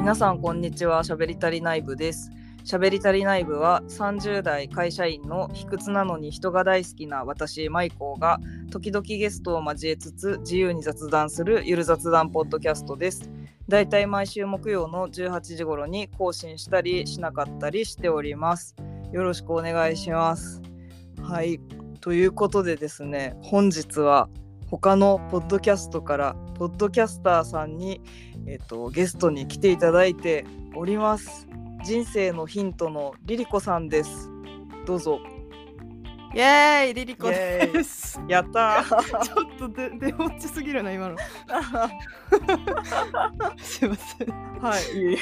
皆さんこんにちは。しゃべりたり内部です。しゃべりたり内部は30代会社員の卑屈なのに人が大好きな私マイコーが時々ゲストを交えつつ自由に雑談するゆる雑談ポッドキャストです。だいたい毎週木曜の18時頃に更新したりしなかったりしております。よろしくお願いします。はい、ということでですね、本日は他のポッドキャストからポッドキャスターさんに、ゲストに来ていただいております。人生のヒントのリリコさんです。どうぞ。 イエーイ、リリコです。 やったーちょっと出落ちすぎるな今の。すいません。 はい、いい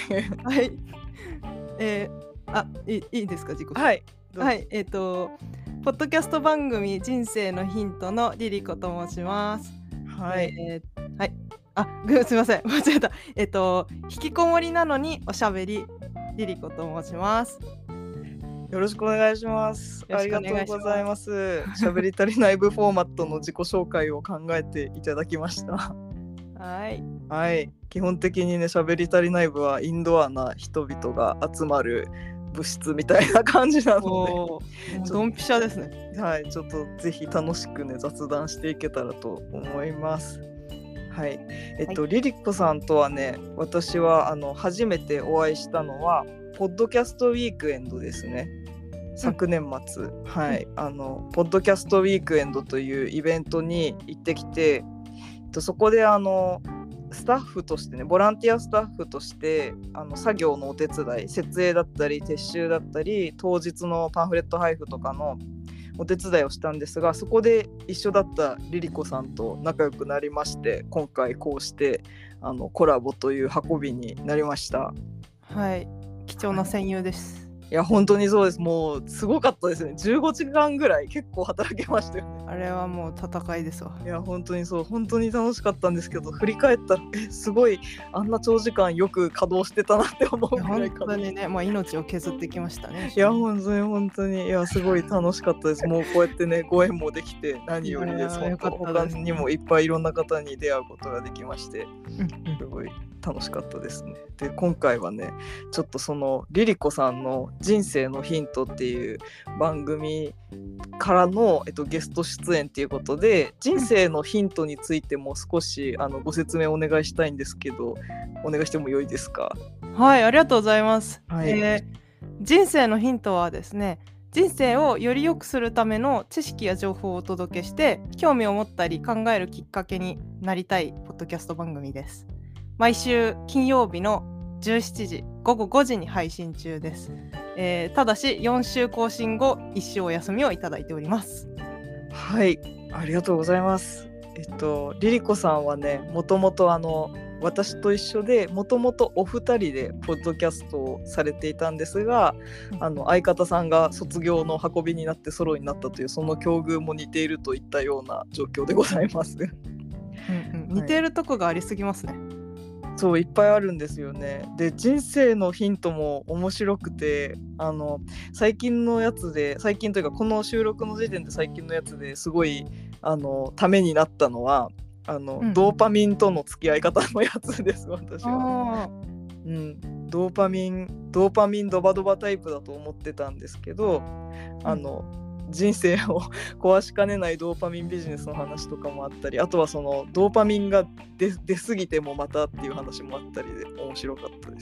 はい。いいですか、自己紹介。 はいはい、ポッドキャスト番組人生のヒントのリリコと申します。 はい、 はい。すいません、間違えた。引きこもりなのにおしゃべりリリコと申します。 よろしくお願いします。 よろしくおありが願いします。 とうございます。しゃべりたり内部フォーマットの自己紹介を考えていただきました。 はい。 はい、基本的にね、しゃべりたり内部はインドアな人々が集まる物質みたいな感じなので、ドンピシャですね。 はい、ちょっとぜひ楽しくね雑談していけたらと思います。はい、リリコさんとはね、私は初めてお会いしたのはポッドキャストウィークエンドですね。昨年末、はい、ポッドキャストウィークエンドというイベントに行ってきて、そこでスタッフとしてね、ボランティアスタッフとして作業のお手伝い、設営だったり撤収だったり当日のパンフレット配布とかのお手伝いをしたんですが、そこで一緒だったリリコさんと仲良くなりまして、今回こうしてコラボという運びになりました。 はい、貴重な戦友です。 いや本当にそうです。もうすごかったですね。15時間ぐらい結構働けましたよね。 あれはもう戦いですわ。 いや本当にそう、本当に楽しかったんですけど、振り返ったらすごいあんな長時間よく稼働してたなって思うぐらい。 本当にね、命を削ってきましたね。 いや本当にいやすごい楽しかったです。もうこうやってねご縁もできて何よりです。本当他にもいっぱいいろんな方に出会うことができまして、すごい楽しかったですね。で今回はね、ちょっとそのリリコさんの人生のヒントっていう番組からの、ゲスト出演っていうことで、人生のヒントについても少しご説明お願いしたいんですけど、お願いしてもよいですか？ はい、ありがとうございます。 はい、 人生のヒントはですね、人生をより良くするための知識や情報をお届けして興味を持ったり考えるきっかけになりたいポッドキャスト番組です。毎週金曜日の17時午後5時に配信中です。ただし4週更新後1週お休みをいただいております。 はい、ありがとうございます。リリコさんはね、もともと私と一緒でもともとお二人でポッドキャストをされていたんですが、相方さんが卒業の運びになってソロになったという、その境遇も似ているといったような状況でございます。 似ているとこがありすぎますね。 そう、いっぱいあるんですよね。で人生のヒントも面白くて、最近のやつで、最近というかこの収録の時点で最近のやつですごいためになったのはドーパミンとの付き合い方のやつです。私は、ドーパミンドバドバタイプだと思ってたんですけど、人生を壊しかねないドーパミンビジネスの話とかもあったり、あとはそのドーパミンが出過ぎてもまたっていう話もあったりで面白かったです。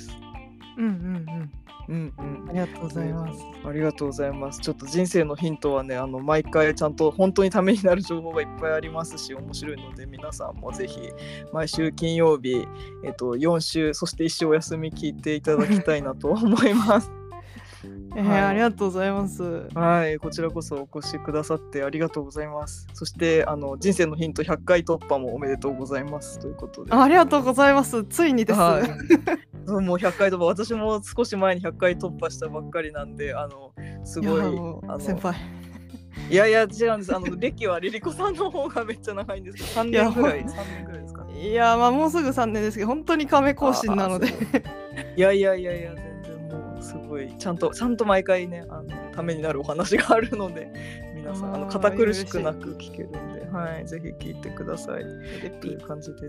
ありがとうございます。 ありがとうございます。ちょっと人生のヒントはね、毎回ちゃんと本当にためになる情報がいっぱいありますし面白いので、皆さんもぜひ毎週金曜日、4週そして1週お休み聞いていただきたいなと思います。 ありがとうございます。 はい、こちらこそお越しくださってありがとうございます。そして人生のヒント100回突破もおめでとうございますということで。 ありがとうございます。ついにです。 もう100回突破、私も少し前に100回突破したばっかりなんで、すごい先輩。 いや違うんです。歴はリリコさんの方がめっちゃ長いんですけど、3年ぐらいですか。 いやもうすぐ3年ですけど、本当に亀更新なので。 いや全然もうすごいちゃんと毎回ねためになるお話があるので、皆さん堅苦しくなく聞けるんで、はい、ぜひ聞いてくださいっていう感じです。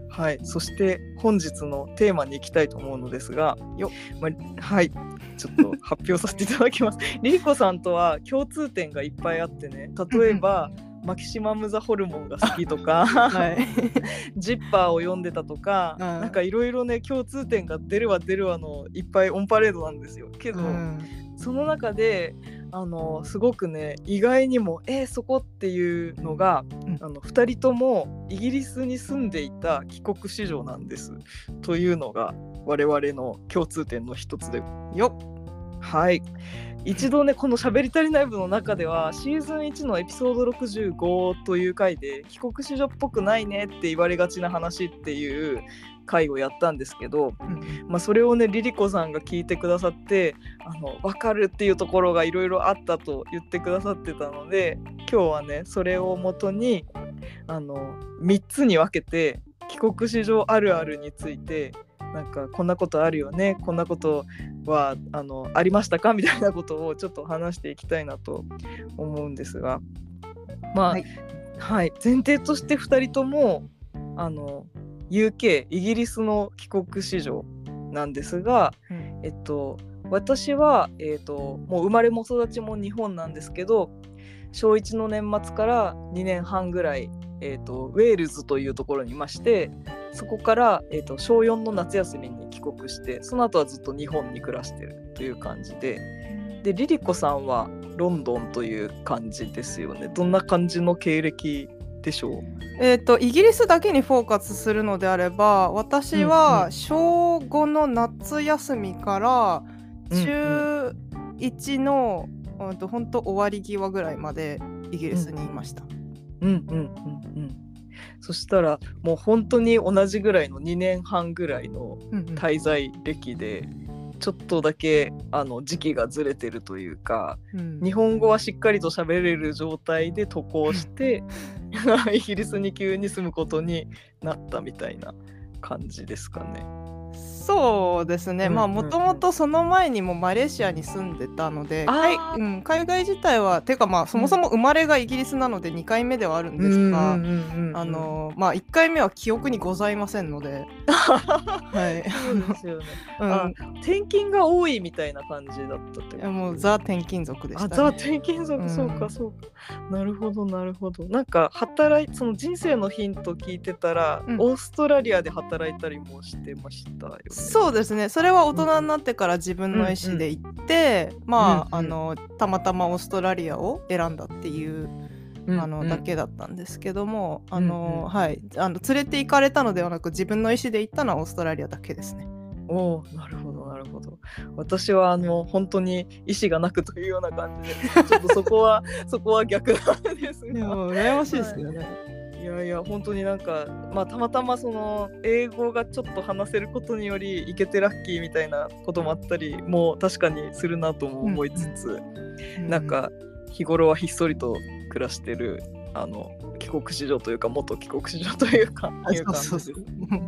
はい、そして本日のテーマに行きたいと思うのですが、はい、ちょっと発表させていただきます。リリコさんとは共通点がいっぱいあってね、例えば、マキシマム・ザ・ホルモンが好きとか、 はい、 ジッパーを読んでたとか、なんかいろいろね共通点が出るわのいっぱいオンパレードなんですよ。けど、その中ですごくね意外にもそこっていうのが、2人ともイギリスに住んでいた帰国子女なんですというのが我々の共通点の一つでよっ。 はい、一度ねこの喋り足りない部の中ではシーズン1のエピソード65という回で帰国子女っぽくないねって言われがちな話っていう回をやったんですけど、それをねリリコさんが聞いてくださって分かるっていうところがいろいろあったと言ってくださってたので、今日はねそれをもとに3つに分けて帰国子女あるあるについて、なんかこんなことあるよね、こんなことはありましたかみたいなことをちょっと話していきたいなと思うんですが、はい、前提として2人ともUK イギリスの帰国子女なんですが、私は、もう生まれも育ちも日本なんですけど、小1の年末から2年半ぐらい、ウェールズというところにいまして、そこから、小4の夏休みに帰国して、その後はずっと日本に暮らしてるという感じで、リリコさんはロンドンという感じですよね。どんな感じの経歴でしょう？ イギリスだけにフォーカスするのであれば、私は小5の夏休みから中1の本当終わり際ぐらいまでイギリスにいました。 そしたらもう本当に同じぐらいの2年半ぐらいの滞在歴で、ちょっとだけ時期がずれてるというか、日本語はしっかりと喋れる状態で渡航してイギリスに急に住むことになったみたいな感じですかね。 そうですね、もともとその前にもマレーシアに住んでたので、海外自体はてかそもそも生まれがイギリスなので2回目ではあるんですが、1回目は記憶にございませんのではい、 そうですよね。転勤が多いみたいな感じだったってこと？ もうザ転勤族でしたね。 ザ転勤族、そうかなるほど。なんかその人生のヒント聞いてたら、オーストラリアで働いたりもしてましたよね。 そうですね、それは大人になってから自分の意思で行って、たまたまオーストラリアを選んだっていうだけだったんですけども、連れて行かれたのではなく自分の意思で行ったのはオーストラリアだけですね。 なるほど。私は本当に意思がなくというような感じでちょっとそこは逆なんですが羨ましいですよね。 いや本当になんか、たまたまその英語がちょっと話せることにより行けてラッキーみたいなこともあったりも確かにするなとも思いつつ、なんか日頃はひっそりと暮らしてる帰国子女というか元帰国子女というかいう感じです。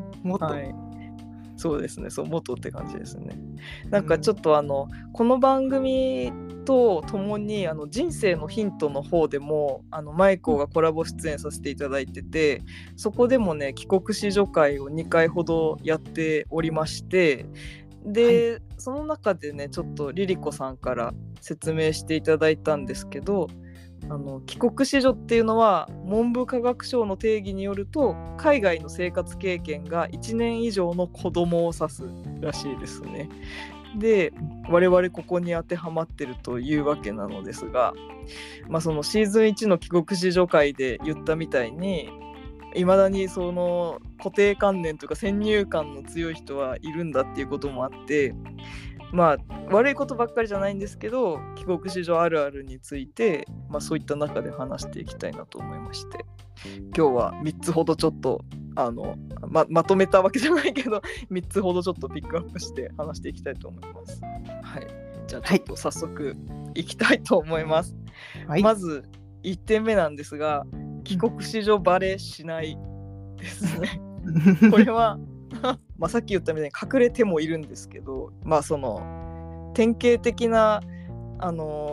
そうですね、元って感じですね。なんかちょっとこの番組とともに人生のヒントの方でもマイコがコラボ出演させていただいてて、そこでもね帰国子女会を2回ほどやっておりまして、で、その中でねちょっとリリコさんから説明していただいたんですけど、帰国子女っていうのは文部科学省の定義によると海外の生活経験が1年以上の子供を指すらしいですね。で、我々ここに当てはまってるというわけなのですが、そのシーズン1の帰国子女会で言ったみたいに、いまだにその固定観念というか先入観の強い人はいるんだっていうこともあって、悪いことばっかりじゃないんですけど、帰国子女あるあるについて、そういった中で話していきたいなと思いまして、今日は3つほどちょっとまとめたわけじゃないけど3つほどちょっとピックアップして話していきたいと思います。じゃあちょっと早速いきたいと思います。まず1点目なんですが、帰国子女バレしないですね。これはさっき言ったみたいに隠れてもいるんですけど、その典型的な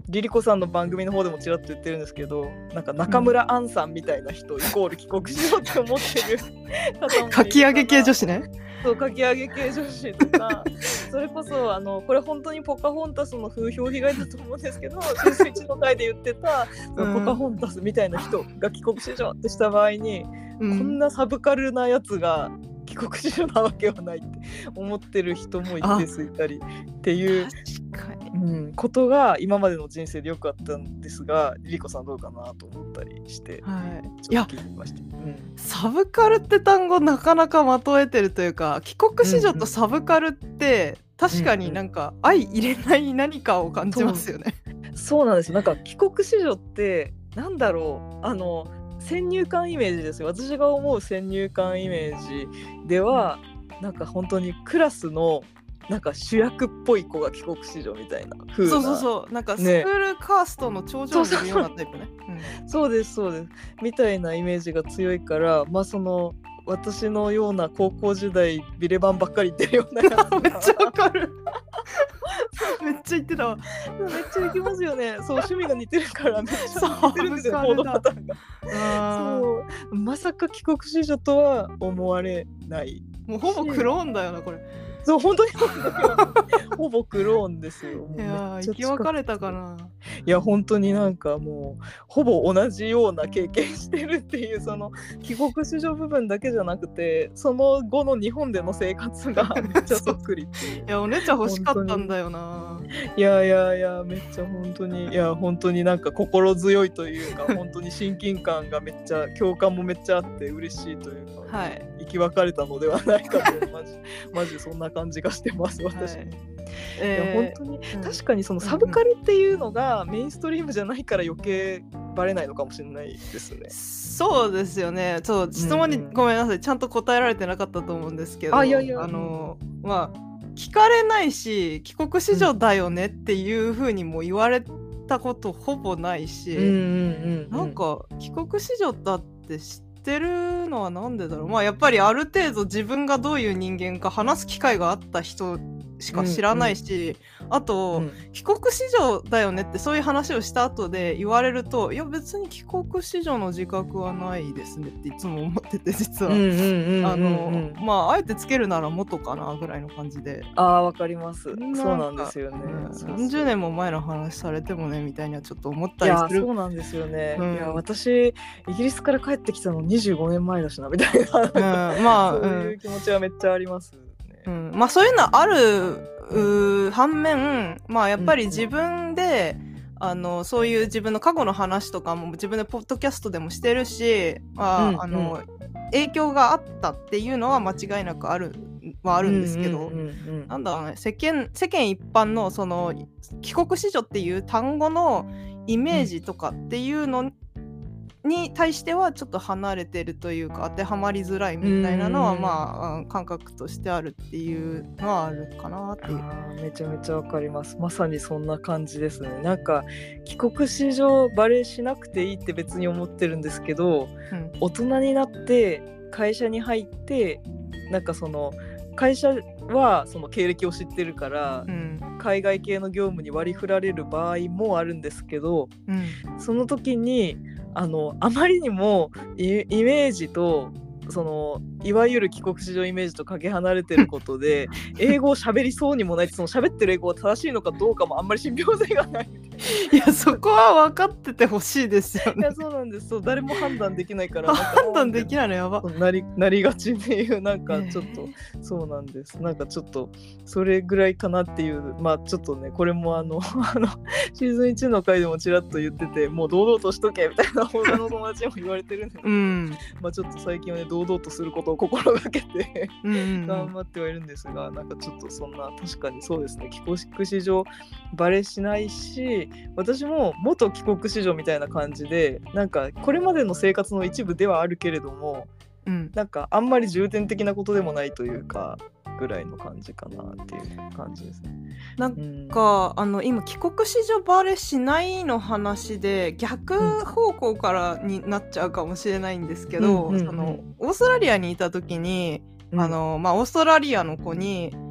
リリコさんの番組の方でもちらっと言ってるんですけど、なんか中村アンさんみたいな人イコール帰国しようって思ってる方もいるかな。 かき上げ系女子ね。 そうかき上げ系女子とかそれこそこれ本当にポカホンタスの風評被害だと思うんですけど、シーズン1の回で言ってたそのポカホンタスみたいな人が帰国子女ってした場合に、こんなサブカルなやつが帰国子女なわけはないって思ってる人も一定数いたりっていうことが今までの人生でよくあったんですが、リリコさんどうかなと思ったりして、ちょっと聞いてみました。 サブカルって単語なかなかまとえてるというか、帰国子女とサブカルって確かになんか相入れない何かを感じますよね。 そうなんです。なんか帰国子女ってなんだろう、先入観イメージですよ。私が思う先入観イメージでは、なんか本当にクラスのなんか主役っぽい子が帰国子女みたいな風な、 そうなんかスクールカーストの頂上にいるようなタイプね。 そうですみたいなイメージが強いから、まあその私のような高校時代ビレバンばっかり言ってるようなやつめっちゃわかるめっちゃ言ってたわ。 めっちゃ行きますよね。そう、趣味が似てるからめっちゃ似てるんですよ、行動パターンが。そうまさか帰国子女とは思われない。 もうほぼクローンだよなこれ。 そう本当にほぼクローンですよ。 いや生き別れたかな。 いや本当になんかもうほぼ同じような経験してるっていう、その帰国子女部分だけじゃなくてその後の日本での生活がめっちゃそっくりっていう。 いやお姉ちゃん欲しかったんだよな。 いやめっちゃ本当に、いや本当になんか心強いというか本当に親近感がめっちゃ共感もめっちゃあって嬉しいというか、生き別れたのではないかとマジそんな感じがしてます私。いや本当に、確かにそのサブカルっていうのがメインストリームじゃないから余計バレないのかもしれないですね。 そうですよね。そう質問にごめんなさい、ちゃんと答えられてなかったと思うんですけど、まあ聞かれないし帰国子女だよねっていう風にも言われたことほぼないし、なんか帰国子女だって知ってるのはなんでだろう。まあやっぱりある程度自分がどういう人間か話す機会があった人しか知らないし、あと、帰国子女だよねってそういう話をした後で言われると、いや別に帰国子女の自覚はないですねっていつも思ってて、実はまああえてつけるなら元かなぐらいの感じで。 わかります。そうなんですよね。 30年も前の話されてもねみたいにはちょっと思ったりする。 そうなんですよね。いや私イギリスから帰ってきたの25年前だしなみたいな、まあそういう気持ちはめっちゃあります。 まあそういうのはある反面、まあやっぱり自分でそういう自分の過去の話とかも自分でポッドキャストでもしてるし、影響があったっていうのは間違いなくあるんですけど、なんだろうね、世間一般のその帰国子女っていう単語のイメージとかっていうのに対してはちょっと離れてるというか当てはまりづらいみたいなのはまあ感覚としてあるっていうのはあるかなっていう。 めちゃめちゃわかります。まさにそんな感じですね。なんか帰国子女バレしなくていいって別に思ってるんですけど、大人になって会社に入ってなんかその会社はその経歴を知ってるから、海外系の業務に割り振られる場合もあるんですけど、その時にあまりにもイメージとそのいわゆる帰国子女イメージとかけ離れてることで英語を喋りそうにもない、その喋ってる英語が正しいのかどうかもあんまり信憑性がない。 いやそこは分かっててほしいですよね。 いやそうなんです。そう誰も判断できないから判断できないのやばなりがちっていう、なんかちょっとそうなんです。なんかちょっとそれぐらいかなっていう、まあちょっとねこれもシーズン1の回でもちらっと言ってて、もう堂々としとけみたいな他の友達にも言われてるんですけど、まあちょっと最近はね堂々とすることを心がけて頑張ってはいるんですが、なんかちょっとそんな確かにそうですね、帰国子女バレしないし、私も元帰国子女みたいな感じで、なんかこれまでの生活の一部ではあるけれども、なんかあんまり重点的なことでもないというかぐらいの感じかなっていう感じですね。 なんか、今帰国子女バレしないの話で逆方向からになっちゃうかもしれないんですけど、そのオーストラリアにいた時に、まあ、オーストラリアの子に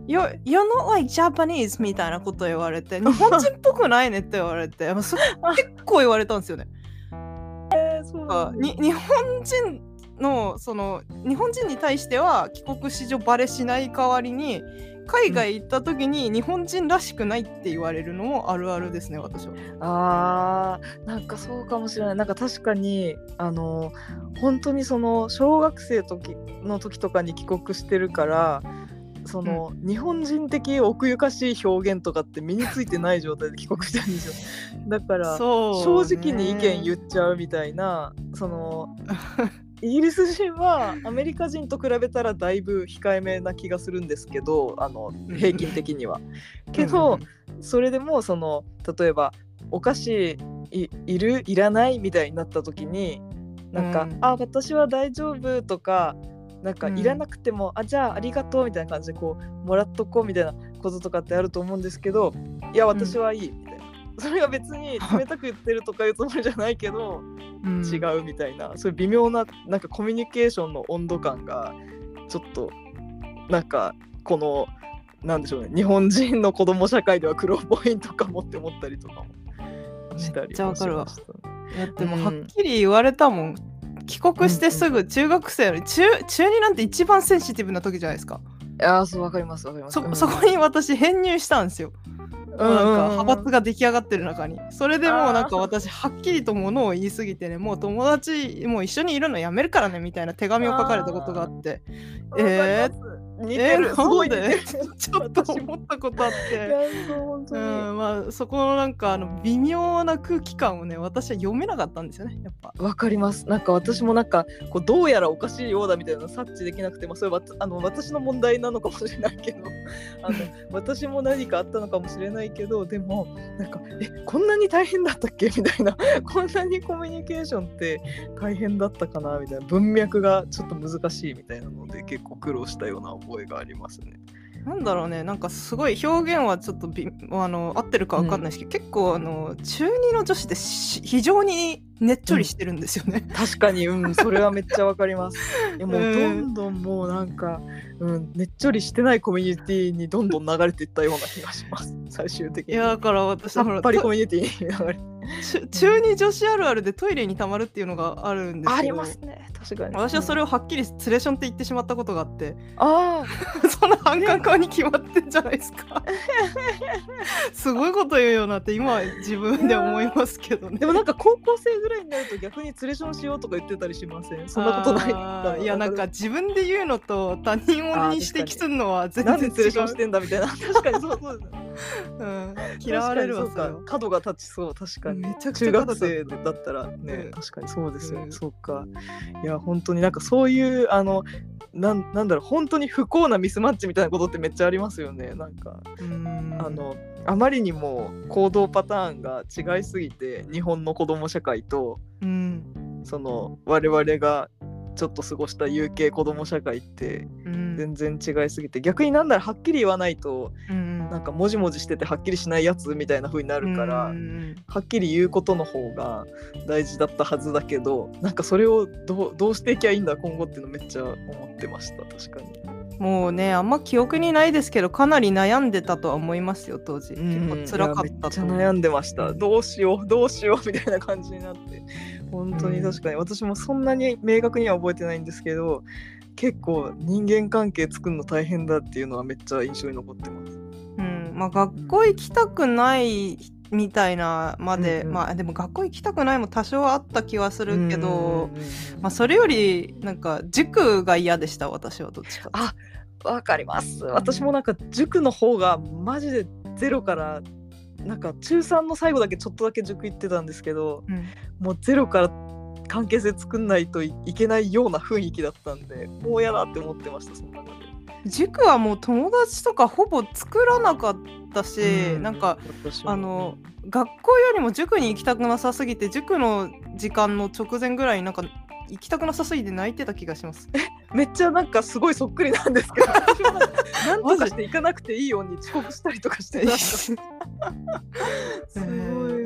You're not like Japanese みたいなこと言われて、日本人っぽくないねって言われて、それ結構言われたんですよね。 そうなんだ。 日本人のその日本人に対しては帰国子女バレしない代わりに、海外行った時に日本人らしくないって言われるのもあるあるですね、私は。 なんかそうかもしれない。なんか確かに本当にその小学生の時とかに帰国してるから、その、日本人的奥ゆかしい表現とかって身についてない状態で帰国してるんですよ。だから正直に意見言っちゃうみたいな、そのイギリス人はアメリカ人と比べたらだいぶ控えめな気がするんですけど、平均的には。けどそれでもその例えばお菓子いるいらないみたいになった時になんか、私は大丈夫とか、なんかいらなくても、じゃあありがとうみたいな感じでこうもらっとこうみたいなこととかってあると思うんですけど、いや私はいいみたいな、それが別に冷たく言ってるとかいうつもりじゃないけど違うみたいな、そういう微妙ななんかコミュニケーションの温度感がちょっとなんかこのなんでしょうね、日本人の子供社会では黒ポイントかもって思ったりとかもしたりもしました。 めっちゃわかるわ。でもはっきり言われたもん。帰国してすぐ中学生の中2なんて一番センシティブな時じゃないですか。 そうわかります。 そこに私編入したんですよ。なんか派閥が出来上がってる中に。それでもうなんか私はっきりと物を言いすぎてね、もう友達もう一緒にいるのやめるからねみたいな手紙を書かれたことがあって、 似てる、すごいね。 ちょっと思ったことあって、そこのなんか微妙な空気感をね、私は読めなかったんですよね、やっぱ。 わかります。なんか私もなんかこうどうやらおかしいようだみたいなの察知できなくて、それは私の問題なのかもしれないけど私も何かあったのかもしれないけど、でもなんかこんなに大変だったっけみたいなこんなにコミュニケーションって大変だったかなみたいな、文脈がちょっと難しいみたいなので結構苦労したような覚えがありますね。 なんだろうね、なんかすごい表現はちょっと合ってるか分かんないですけど、結構中2の女子って非常にねっちょりしてるんですよね。 確かに、それはめっちゃわかります。もうどんどんもうなんか、ねっちょりしてないコミュニティにどんどん流れていったような気がします。最終的に。 いやだから私さっぱりコミュニティに流れて。 中2女子あるあるでトイレにたまるっていうのがあるんですけど、 ありますね、確かに。 私はそれをはっきりツレションって言ってしまったことがあって、 そんな反感顔に決まってんじゃないですか。すごいこと言うよなって今は自分で思いますけどね。 でもなんか高校生ぐらいになると逆にツレションしようとか言ってたりしません？そんなことない。 いやなんか自分で言うのと他人をに指摘するのは全然違う。 なんでツレションしてんだみたいな。確かにそうですね。 嫌われるわ。 角が立ちそう。確かに。 めちゃくちゃ中学生だったらね、確かにそうですよね。そうか。いや本当になんかそういうなんだろう、本当に不幸なミスマッチみたいなことってめっちゃありますよね。なんかあまりにも行動パターンが違いすぎて、日本の子ども社会と、その我々がちょっと過ごした UK 子ども社会って全然違いすぎて、逆になんならはっきり言わないと、なんかもじもじしててはっきりしないやつみたいな風になるから、はっきり言うことの方が大事だったはずだけど、なんかそれをどうしていきゃいいんだ今後っていうのめっちゃ思ってました。確かにもうね、あんま記憶にないですけどかなり悩んでたとは思いますよ当時。結構辛かったと。 めっちゃ悩んでました。どうしようみたいな感じになって、本当に確かに私もそんなに明確には覚えてないんですけど、結構人間関係作るの大変だっていうのはめっちゃ印象に残ってます。 学校行きたくないみたいなまで、でも学校行きたくないも多少あった気はするけど、それよりなんか塾が嫌でした、私は。どっちか。 わかります。私もなんか塾の方がマジでゼロから、なんか中3の最後だけちょっとだけ塾行ってたんですけど、もうゼロから関係性作んないといけないような雰囲気だったんで、もう嫌だって思ってました。その中で塾はもう友達とかほぼ作らなかったし、なんか学校よりも塾に行きたくなさすぎて、塾の時間の直前ぐらいになんか行きたくなさすぎて泣いてた気がします。 めっちゃなんかすごいそっくりなんですけどなんとかして行かなくていいように遅刻したりとかしてすごい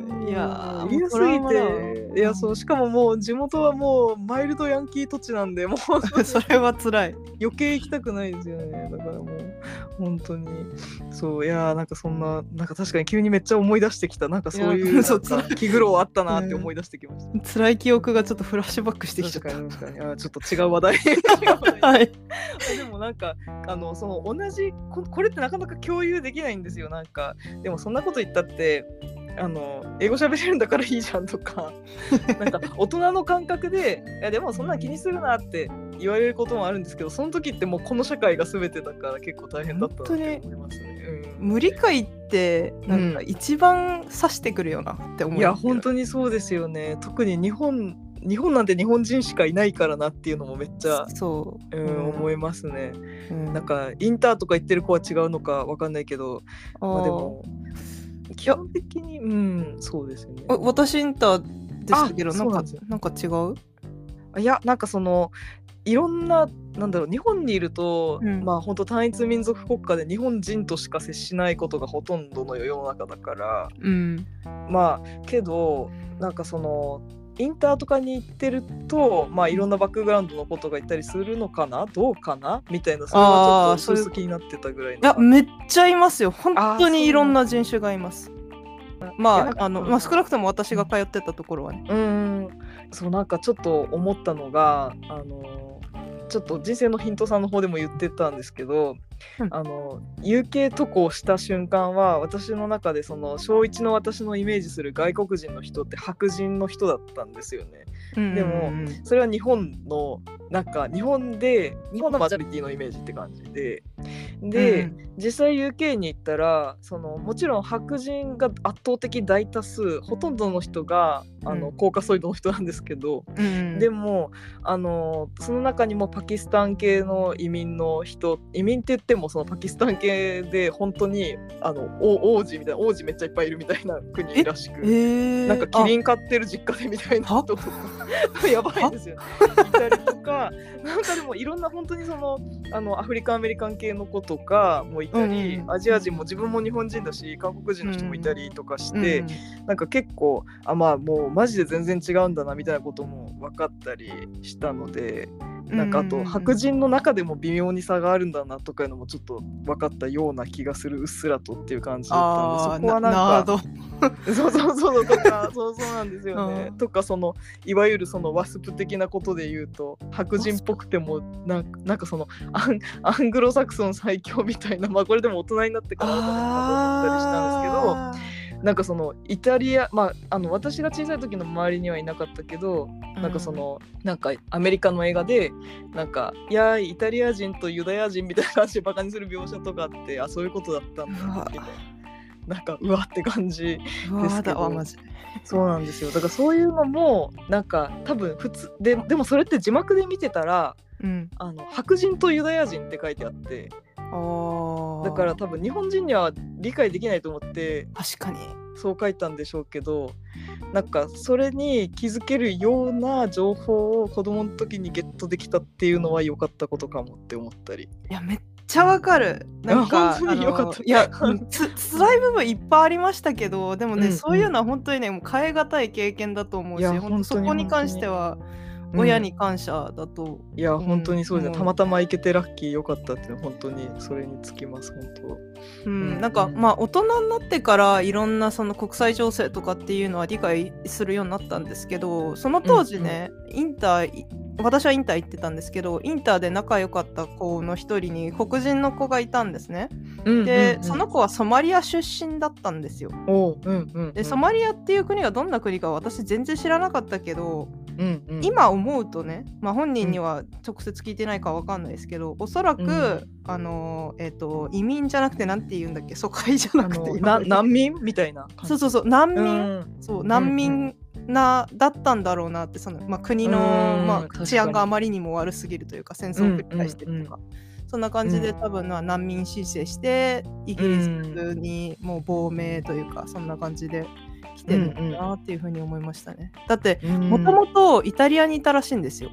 いやー嫌すぎて、いやそうしかももう地元はもうマイルドヤンキー土地なんで、もうそれは辛い。 余計行きたくないですよね。だからもう本当にそう、いやなんかそんな、なんか確かに急にめっちゃ思い出してきた、なんかそういうそうなんか気苦労あったなって思い出してきました。 辛い記憶がちょっとフラッシュバックしてきちゃった。 確かにちょっと違う話題。 はい。 でもなんかその同じこれってなかなか共有できないんですよ。なんかでもそんなこと言ったって英語喋れるんだからいいじゃんとかなんか大人の感覚でいやでもそんな気にするなって言われることもあるんですけど、その時ってもうこの社会が全てだから結構大変だったなって思いますね。 無理解ってなんか一番刺してくるよなって思う。 いや本当にそうですよね。特に日本なんて日本人しかいないからなっていうのもめっちゃそう、 思いますね。なんかインターとか言ってる子は違うのかわかんないけど、まあ、でも基本的にそうですよね。 私インターでしたけどなんか違う？ いやなんかそのいろんななんだろう、日本にいると、まあ本当単一民族国家で日本人としか接しないことがほとんどの世の中だから、まあけどなんかそのインターとかに行ってると、まあいろんなバックグラウンドのことが言ったりするのかな、どうかなみたいな、それはちょっと薄々気になってたぐらいの。 いやめっちゃいますよ。本当にいろんな人種がいます。まあ少なくとも私が通ってたところはね。 そうなんかちょっと思ったのがちょっと人生のヒントさんの方でも言ってたんですけど、UK 渡航した瞬間は私の中でその小1の私のイメージする外国人の人って白人の人だったんですよね。でもそれは日本のなんか日本のマジョリティのイメージって感じで、実際 UK に行ったらそのもちろん白人が圧倒的大多数、ほとんどの人がコーカソイドの人なんですけど、でもその中にもパキスタン系の移民の人、移民って言ってもそのパキスタン系で本当に王子みたいな、王子めっちゃいっぱいいるみたいな国らしく、なんかキリン飼ってる実家でみたいな人とかやばいですよね、いたりとか、なんかでもいろんな本当にそのアフリカンアメリカン系の子とかもいたり、アジア人も自分も日本人だし韓国人の人もいたりとかして、なんか結構まあもうマジで全然違うんだなみたいなことも分かったりしたので、なんかあと白人の中でも微妙に差があるんだなとかいうのもちょっと分かったような気がする、うっすらとっていう感じだったんで、そこはなんかそうとかそうなんですよねとか、そのいわゆるそのワスプ的なことで言うと白人っぽくてもなんかそのアングロサクソン最強みたいな、まあこれでも大人になってから思ったりしたんですけど、なんかそのイタリア、まあ私が小さい時の周りにはいなかったけど、なんかそのなんかアメリカの映画でなんかいやイタリア人とユダヤ人みたいな感じでバカにする描写とかあって、そういうことだったんだって、なんかうわって感じですけど、そうなんですよ。だからそういうのもなんか多分普通でもそれって字幕で見てたら、白人とユダヤ人って書いてあって、だから多分日本人には理解できないと思って確かにそう書いたんでしょうけど、なんかそれに気づけるような情報を子供の時にゲットできたっていうのは良かったことかもって思ったり。 いやめっちゃわかる。なんか本当に良かった。 いや辛い部分いっぱいありましたけど、でもね、そういうのは本当にねもう変え難い経験だと思うし、本当そこに関しては親に感謝だと、 いや本当にそうですね、たまたま行けてラッキー良かったっていうのは本当にそれにつきます本当。 なんかまあ大人になってからいろんなその国際情勢とかっていうのは理解するようになったんですけど、その当時ね、私はインター行ってたんですけど、インターで仲良かった子の一人に黒人の子がいたんですね。でその子はソマリア出身だったんですよ。でソマリアっていう国がどんな国か私全然知らなかったけど、今思うとね、まあ、本人には直接聞いてないかわかんないですけど、おそらく、移民じゃなくてなんて言うんだっけ、疎開じゃなくて難民みたいな感じ。 そう難民、難民だったんだろうなって、その、まあ、国の、治安があまりにも悪すぎるというか戦争を繰り返してるとか、そんな感じで多分難民申請してイギリスにもう亡命というかそんな感じでてるのかなっていうふうに思いましたね。だってもともとイタリアにいたらしいんですよ。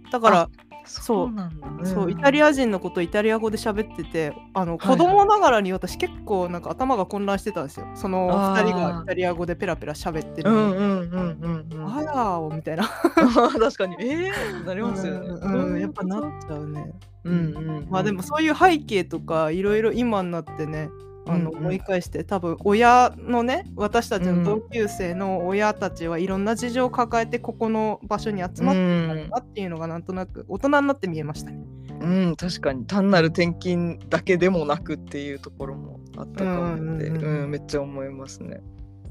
だからそうなんだ。 そうイタリア人の子とイタリア語で喋ってて、子供ながらに私結構なんか頭が混乱してたんですよ。その2人がイタリア語でペラペラ喋ってるのに、あらーみたいな。 確かになりますよね。 やっぱなっちゃうね。 まあでもそういう背景とかいろいろ今になってね、思い返して多分親のね、私たちの同級生の親たちはいろんな事情を抱えてここの場所に集まってたんだなっていうのがなんとなく大人になって見えましたね。 確かに単なる転勤だけでもなくっていうところもあったかもってめっちゃ思いますね。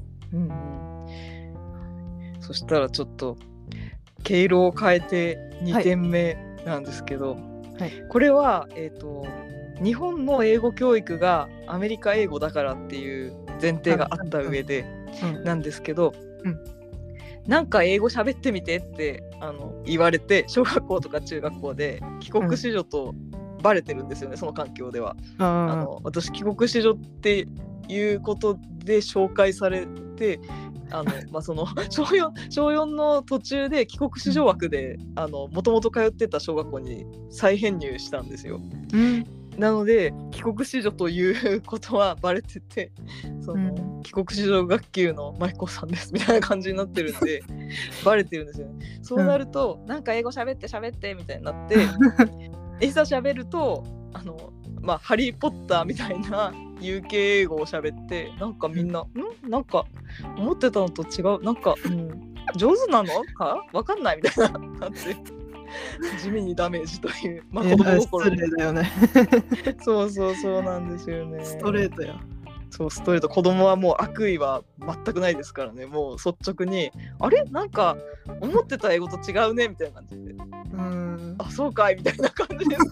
そしたらちょっと経路を変えて2点目なんですけど、これは日本の英語教育がアメリカ英語だからっていう前提があった上でなんですけど、なんか英語喋ってみてって言われて小学校とか中学校で帰国子女とバレてるんですよね、その環境では。私帰国子女っていうことで紹介されてその小4の途中で帰国子女枠でもともと通ってた小学校に再編入したんですよ。なので帰国子女ということはバレてて、帰国子女学級の舞子さんですみたいな感じになってるんでバレてるんですよね。そうなると、なんか英語喋ってみたいになっていざ喋るとハリーポッターみたいな UK 英語を喋ってなんかみんななんか思ってたのと違う、なんか、上手なのかわかんないみたいななって地味にダメージという、子供心失礼だよねそうなんですよね。 ストレートや。 そうストレート。子供はもう悪意は全くないですからね。もう率直にあれなんか思ってた英語と違うねみたいな感じであそうかいみたいな感じです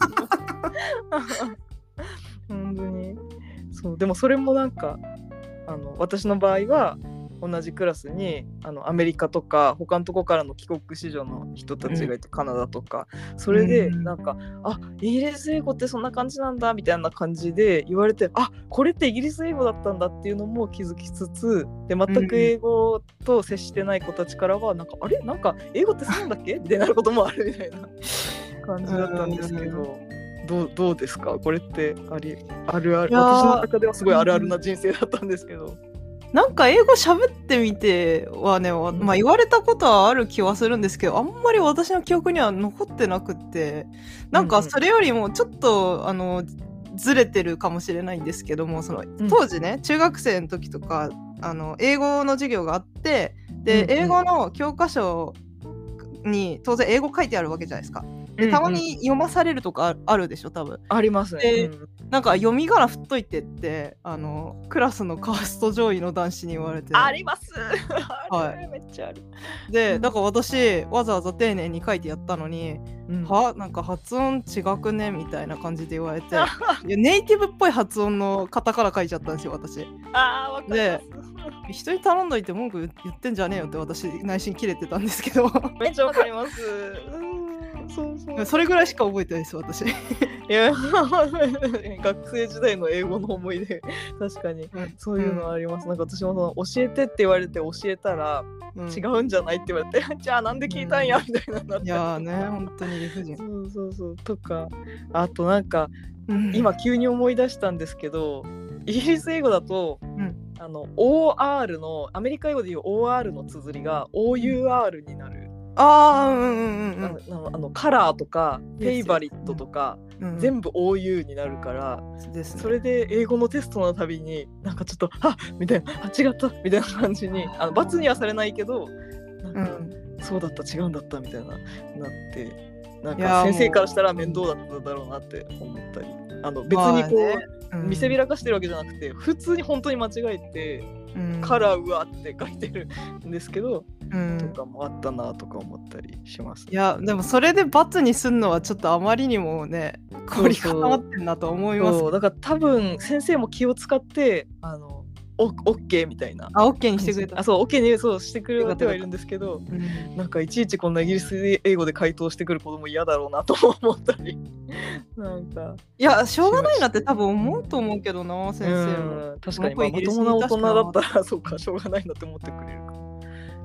本当にそう。でもそれもなんか私の場合は同じクラスにアメリカとか他のとこからの帰国子女の人たちがいて、カナダとかそれでなんかイギリス英語ってそんな感じなんだみたいな感じで言われて、これってイギリス英語だったんだっていうのも気づきつつで、全く英語と接してない子たちからはなんかあれなんか英語ってそうなんだっけみたいなこともあるみたいな感じだったんですけど、どうですかこれってあるある。私の中ではすごいあるあるな人生だったんですけど、 なんか英語喋ってみてはね、言われたことはある気はするんですけど、あんまり私の記憶には残ってなくって、なんかそれよりもちょっとずれてるかもしれないんですけども、当時ね、中学生の時とか英語の授業があって、で、英語の教科書に当然英語書いてあるわけじゃないですか。でたまに読まされるとかあるでしょ多分。 ありますね。 でなんか読み仮名振っといてってクラスのカースト上位の男子に言われて。 ありますめっちゃある。 でだから私わざわざ丁寧に書いてやったのに、なんか発音違くねみたいな感じで言われていやネイティブっぽい発音のカタカナ書いちゃったんですよ私。 わかります。 で人に頼んどいて文句言ってんじゃねえよって私内心キレてたんですけどめっちゃわかります。 それぐらいしか覚えてないです私。いや学生時代の英語の思い出確かにそういうのあります。なんか私も教えてって言われて教えたら、違うんじゃないって言われてじゃあなんで聞いたんやみたいななって。 いやね本当に理不尽。 そうとかあとなんか、今急に思い出したんですけどイギリス英語だと、OR のアメリカ英語でいう OR の綴りが OUR になる。カラーとかフェイバリットとか、全部 OU になるから、それで英語のテストのたびになんかちょっとみたいな違ったみたいな感じに罰にはされないけどなんか、そうだった違うんだったみたいななってなんか先生からしたら面倒だっただろうなって思ったり、別にこう、見せびらかしてるわけじゃなくて普通に本当に間違えて、カラーうわって書いてるんですけど、とかもあったなとか思ったりします。 いやでもそれで罰にすんのはちょっとあまりにもね凝り固まってんなと思います。 だから多分先生も気を使ってオッケーみたいな。 オッケーにしてくれた。 そうオッケーにしてくれてはいるんですけど、なんかいちいちこんなイギリス英語で回答してくる子供嫌だろうなと思ったりなんかいやしょうがないなって多分思うと思うけどな先生も。 確かにまともな大人だったらそうかしょうがないなって思ってくれるか。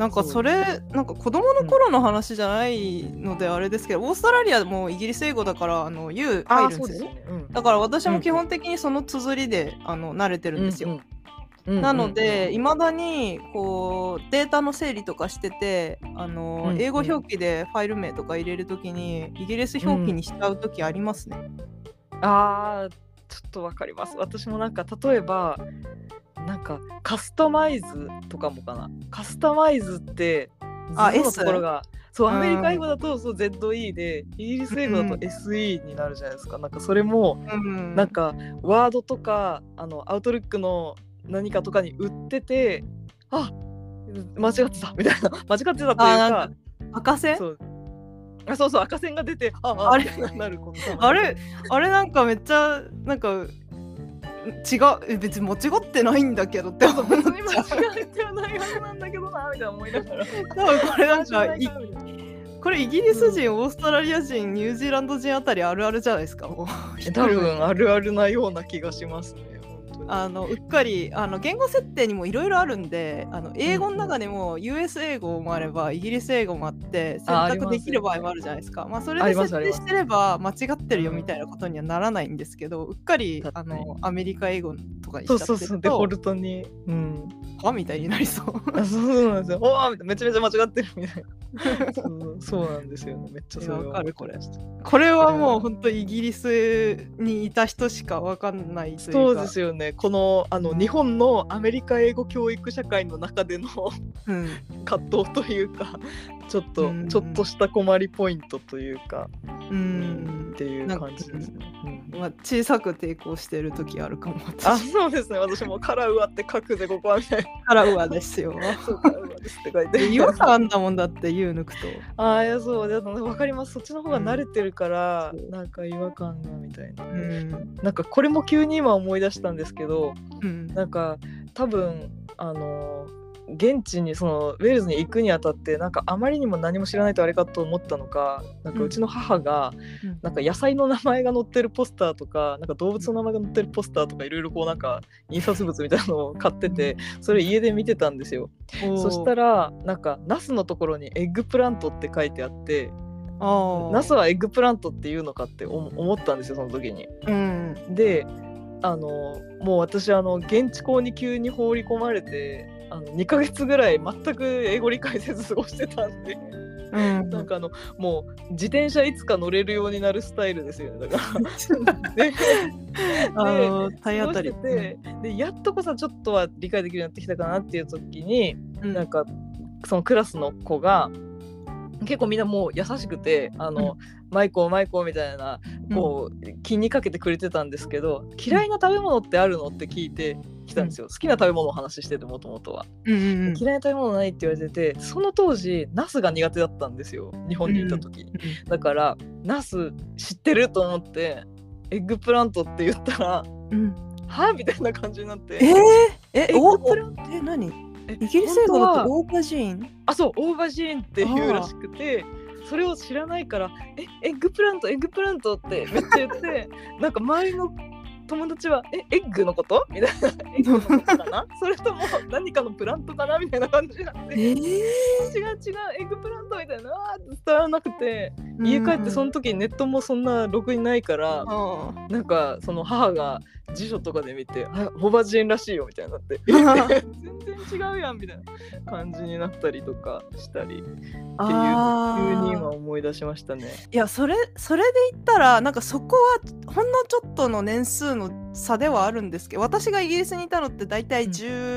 なんかそうそれなんか子供の頃の話じゃないのであれですけど、オーストラリアもイギリス英語だからU 入るんですよね。だから私も基本的にその綴りで慣れてるんですよ。なのでいまだにこうデータの整理とかしてて英語表記でファイル名とか入れるときにイギリス表記にしちゃうときありますね。 あーちょっとわかります。私もなんか例えばなんかカスタマイズとかもかな。カスタマイズってZ のところがそうアメリカ英語だとそう ZE でイギリス英語だと SE になるじゃないですか。なんかそれもなんかワードとかアウトルックの何かとかに売っててあ間違ってたみたいな間違ってたというか赤線そう赤線が出てあれなるあれなんかめっちゃなんか違う別に間違ってないんだけどって思っちゃう。 別に間違えてはないはずなんだけどなみたいな思いながら多分これなんかこれイギリス人、オーストラリア人ニュージーランド人あたりあるあるじゃないですか。もう多分あるあるなような気がしますね。 うっかり言語設定にもいろいろあるんで英語の中でも US 英語もあればイギリス英語もあって選択できる場合もあるじゃないですか。それで設定してれば間違ってるよみたいなことにはならないんですけど、うっかりアメリカ英語とかにしちゃってるとそうデフォルトにはみたいになりそう。 そうなんですよ。めちゃめちゃ間違ってるみたいな。そうなんですよね。めっちゃそれわかるこれはもう本当イギリスにいた人しかわかんないというか。 そうですよね。この日本のアメリカ英語教育社会の中での葛藤というかちょっとした困りポイントというかっていう感じですね。 小さく抵抗してる時あるかも。 そうですね。私もカラウアって書くぜここはみたいな。 カラウアですよ。 そうカラウアですって書いて。 違和感あんだもんだって言う抜くと。 いやそうでわかります。そっちの方が慣れてるからなんか違和感がみたいな。なんかこれも急に今思い出したんですけど、なんか多分現地にそのウェールズに行くにあたってなんかあまりにも何も知らないとあれかと思ったのか、なんかうちの母がなんか野菜の名前が載ってるポスターとかなんか動物の名前が載ってるポスターとかいろいろこうなんか印刷物みたいなのを買っててそれ家で見てたんですよ。そしたらなんかナスのところにエッグプラントって書いてあってナスはエッグプラントっていうのかって思ったんですよその時に。でもう私現地校に急に放り込まれて2ヶ月ぐらい全く英語理解せず過ごしてたんで、なんかもう自転車いつか乗れるようになるスタイルですよね。だからで体当たりでやっとこそちょっとは理解できるようになってきたかなっていう時に、なんかそのクラスの子が結構みんなもう優しくてマイコーみたいなこう気にかけてくれてたんですけど、嫌いな食べ物ってあるのって聞いてきたんですよ。好きな食べ物の話しててもともとは、嫌いな食べ物ないって言われてて、その当時ナスが苦手だったんですよ日本にいた時に。だからナス知ってると思ってエッグプラントって言ったら、はみたいな感じになって、 エッグプラント何イギリス英語だとオーバージーン？ そうオーバージーンって言うらしくて、それを知らないからエッグプラントってめっちゃ言ってなんか周りの友達はエッグのことみたいなエッグのことかなそれとも何かのプラントかなみたいな感じになって、違うエッグプラントみたいな伝わらなくて、家帰ってその時ネットもそんなろくにないから、なんかその母が辞書とかで見てオーバージーンらしいよみたいになって全然違うやんみたいな感じになったりとかしたりっていう急に今思い出しましたね。 いやそれで言ったらなんかそこはほんのちょっとの年数の差ではあるんですけど、私がイギリスにいたのってだいたい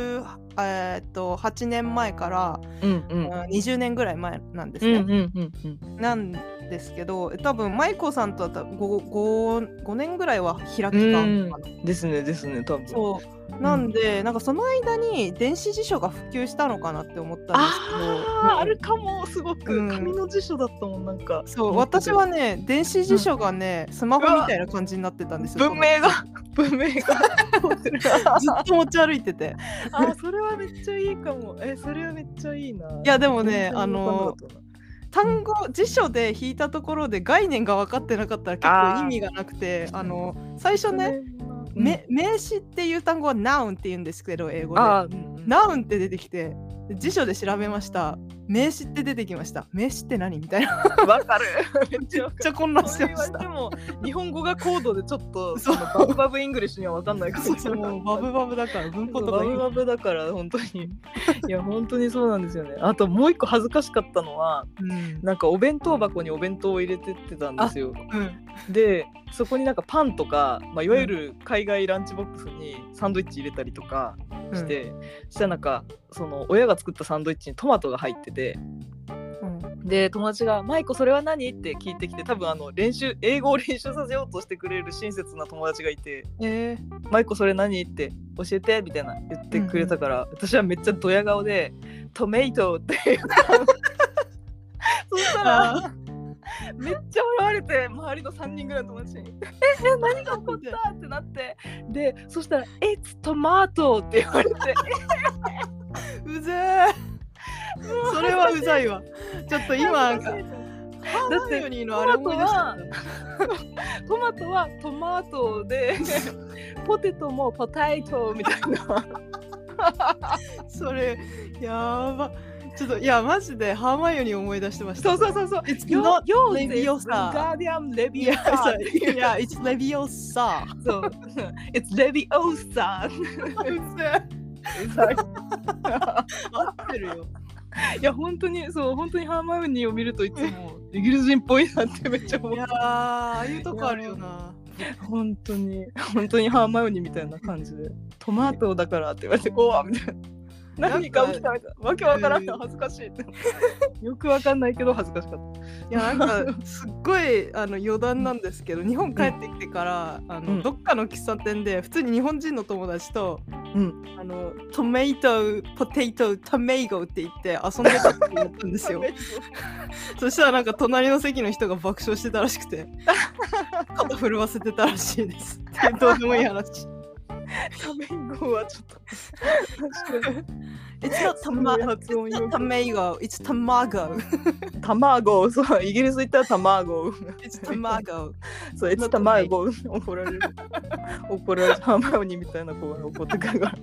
8年前から20年ぐらい前なんですね。なんですけど多分マイコさんとは5年ぐらいは開きかですね多分。 そうなんで、なんかその間に電子辞書が普及したのかなって思ったんですけど、 あるかもすごく、紙の辞書だったもんなんか。 そう私はね電子辞書がね、スマホみたいな感じになってたんですよ。 文明がずっと持ち歩いててそれはめっちゃいいかも。それはめっちゃいいな。 いやでもね単語辞書で引いたところで概念が分かってなかったら結構意味がなくて、最初ね名詞っていう単語は noun って言うんですけど英語で、noun って出てきてで辞書で調べました。名詞って出てきました。名詞って何みたいな。 わかる。めっめちゃわかる。 っちゃ混乱してましでた。 も日本語が高度でちょっとそうバブバブイングリッシュにはわかんないかそうら。 そうもうバブバブだから文法とかバブバブだから本当にいや本当にそうなんですよね。あともう一個恥ずかしかったのはうんなんかお弁当箱にお弁当を入れてってたんですよ。 うんでそこになんかパンとか、まあ、いわゆる海外ランチボックスにサンドイッチ入れたりとかして、したらなんかその親が作ったサンドイッチにトマトが入ってて、で友達がマイコそれは何って聞いてきて、多分英語を練習させようとしてくれる親切な友達がいて、マイコそれ何って教えてみたいな言ってくれたから、私はめっちゃドヤ顔でトメイトって言ったそしたらめっちゃ笑われて、周りの3人ぐらいの友達に何が起こったってなって、でそしたらIt's tomato って言われてうぜえそれはうざいわ。ちょっと今なんかだってヨニーのあれ思い出したトマトはトマトでポテトもポタイトみたいなそれやば。ちょっといやマジでハーマイオニー思い出してました。 そう。 It's not Leviosa. Goddamn Leviosa. Yeah, it's Leviosa. そう。It's Leviosa. うぜえ。合ってるよ。 いや本当にそう、本当にハーマイオニーを見るといつもイギリス人っぽいなってめっちゃ思う。 いやああいうとこあるよな。 本当にハーマイオニーみたいな感じでトマトだからって言われておわみたいな。何か起きたみたいな、わけわからんの恥ずかしいってよくわかんないけど恥ずかしかった。 いやなんかすっごい余談なんですけど、日本帰ってきてからどっかの喫茶店で普通に日本人の友達と、トメイト、ポテト、トメイゴって言って遊んでたって言ったんですよそしたらなんか隣の席の人が爆笑してたらしくて肩震わせてたらしいですどうでもいい話。 トメイゴはちょっと確かに It's not tomato, it's tamago. 卵、そう、イギリス行ったら卵。 It's tamago. そう、It's tamago. 怒られる。ハーマイオニーみたいな子が怒ってくるから。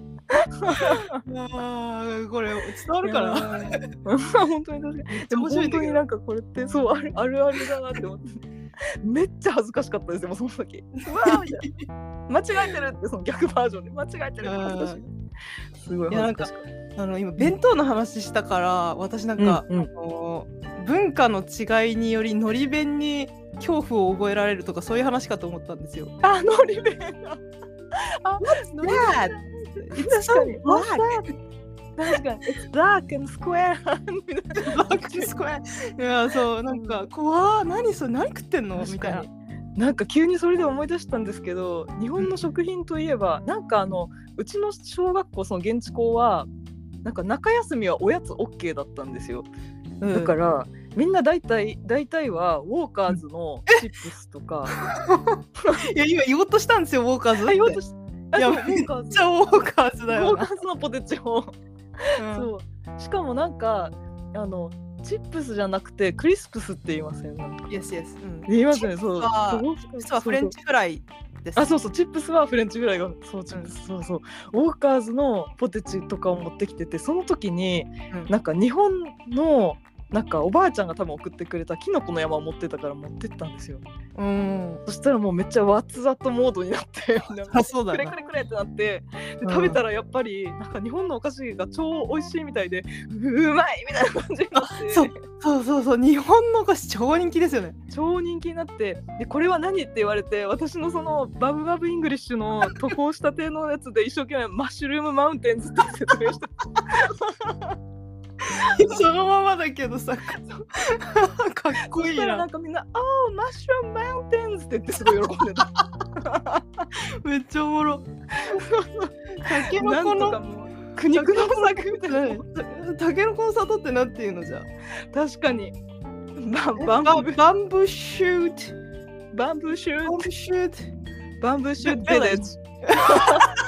これ伝わるかな本当に確かに。でも本当になんかこれってそうあるあるだなって思って。めっちゃ恥ずかしかったですよ、その時。うわーみたいな。間違えてるってその逆バージョンで間違えてるって恥ずかしい。すごい恥ずかしかった。 今弁当の話したから私なんか、文化の違いによりのり弁に恐怖を覚えられるとかそういう話かと思ったんですよ。 あ、のり弁だ。 あ、What's that? It's so black. 確かに It's black and square. Black and square. いやそうなんか怖何それ何食ってんのみたいな。 なんか急にそれで思い出したんですけど、日本の食品といえばなんかうちの小学校その現地校はなんか中休みはおやつ OK だったんですよ、だからみんな大体はウォーカーズのチップスとかいや今言おうとしたんですよウォーカーズって。 言おうとしたいやめっちゃウォーカーズだよな。 ウォーカーズのポテチを、そうしかもなんかチップスじゃなくてクリスプスって言いません？なんか Yes、 言いますね。そう実はフレンチフライです。 あ、そうチップスはフレンチフライがそうチップス、そうウォーカーズのポテチとかを持ってきてて、その時に、なんか日本のなんかおばあちゃんが多分送ってくれたキノコの山を持ってたから持ってったんですよ。そしたらもうめっちゃワッツザットモードになってそうだくれってなって、で食べたらやっぱりなんか日本のお菓子が超美味しいみたいでうまいみたいな感じになって、 そう日本のお菓子超人気ですよね。 超人気になって、でこれは何って言われて、私のそのバブバブイングリッシュの渡航したてのやつで一生懸命マッシュルームマウンテンズって説明したそのままだけどさかっこいいな。 なんかみんなマッシュルームマウンテンズって言ってすごい喜んでためっちゃおもろ。タケノコの苦肉の策みたいな。 タケノコの里ってなんていうのじゃ。 確かにバンブーシュートビレッジ。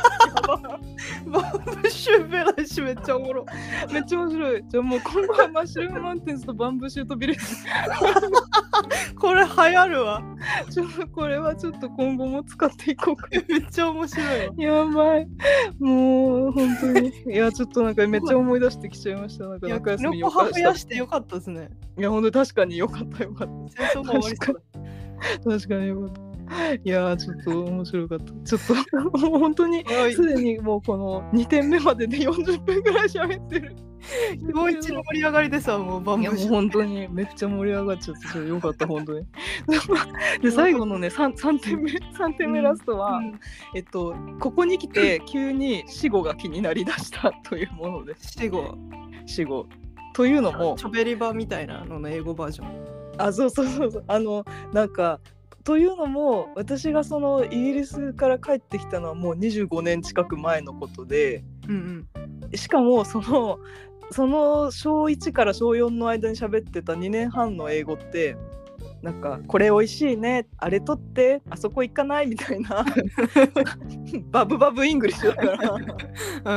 バンブーシューベラシめっちゃおもろ。 めっちゃ面白い。じゃあもう今後はマッシュルームマウンテンズとバンブーシュートビレッジ。 これ流行るわ。 これはちょっと今後も使っていこうか。 めっちゃ面白いわ。 やばい。もう本当に。いやちょっとなんかめっちゃ思い出してきちゃいました。なんか夏休みキノコ派増やしてよかったですね。 いや本当に確かによかったよかった。 戦争が終わりそうだ。 確かによかった。いやちょっと面白かった。ちょっともう本当にすでにもうこの2点目までで40分ぐらい喋ってる。 もう一の盛り上がりですわ、もうバンブーシュー。 本当にめっちゃ盛り上がっちゃってよかった本当に。で最後のね 3点目ラストは、ここに来て急に死後が気になりだしたというものです。死後というのもチョベリバみたいなのの英語バージョン。 あ、そうなんかというのも私がそのイギリスから帰ってきたのはもう25年近く前のことで、しかもその小1から小4の間に喋ってた2年半の英語ってなんかこれ美味しいね、あれ取ってあそこ行かないみたいなバブバブイングリッシュだから、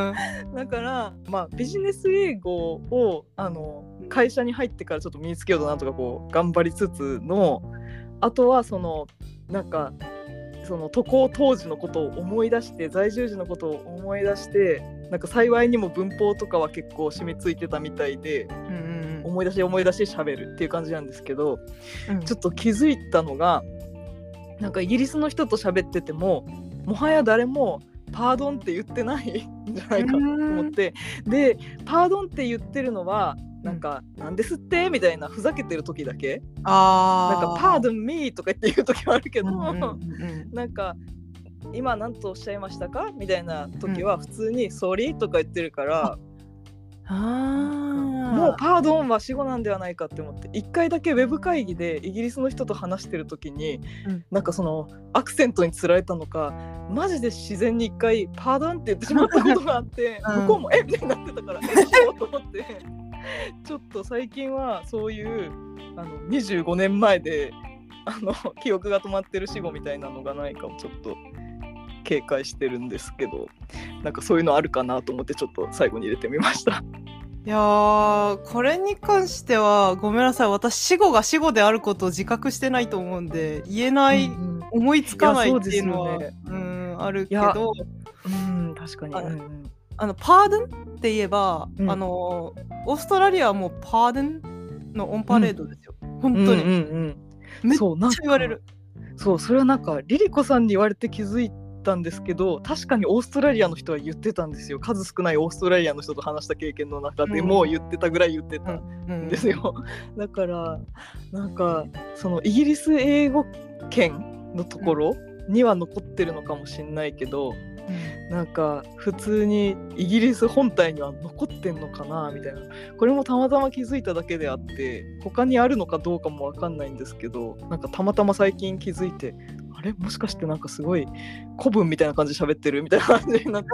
だからまあビジネス英語を会社に入ってからちょっと身につけようとなんとかこう頑張りつつの、あとはそのなんかその渡航当時のことを思い出して、在住時のことを思い出して、なんか幸いにも文法とかは結構染みついてたみたいで、思い出し喋るっていう感じなんですけど、ちょっと気づいたのがなんかイギリスの人と喋っててももはや誰もパードンって言ってないんじゃないかと思って、でパードンって言ってるのはなんか、なんですってみたいなふざけてる時だけ、なんかパードンミーとか言って言う時はあるけど、なんか今何とおっしゃいましたかみたいな時は普通にソーリーとか言ってるから、もうパードンは死語なんではないかって思って、一回だけウェブ会議でイギリスの人と話してる時に、なんかそのアクセントにつられたのかマジで自然に一回パードンって言ってしまったことがあって、向こうもみたいになってたからしようと思ってちょっと最近はそういう25年前で記憶が止まってる死語みたいなのがないかをちょっと警戒してるんですけど、なんかそういうのあるかなと思ってちょっと最後に入れてみました。 いやー、これに関してはごめんなさい、私死語が死語であることを自覚してないと思うんで言えない、思いつかないっていうのは、あるけど、 確かに、 パードンって言えば、オーストラリアはもうパードンのオンパレードですよ、本当に、めっちゃ言われる。 それはなんかリリコさんに言われて気づいたんですけど、確かにオーストラリアの人は言ってたんですよ。数少ないオーストラリアの人と話した経験の中でも言ってたぐらい言ってたんですよ。だからなんかそのイギリス英語圏のところには残ってるのかもしれないけど、なんか普通にイギリス本体には残ってんのかなみたいな、これもたまたま気づいただけであって他にあるのかどうかも分かんないんですけど、なんかたまたま最近気づいて、あれもしかしてなんかすごい古文みたいな感じで喋ってるみたいな感じになって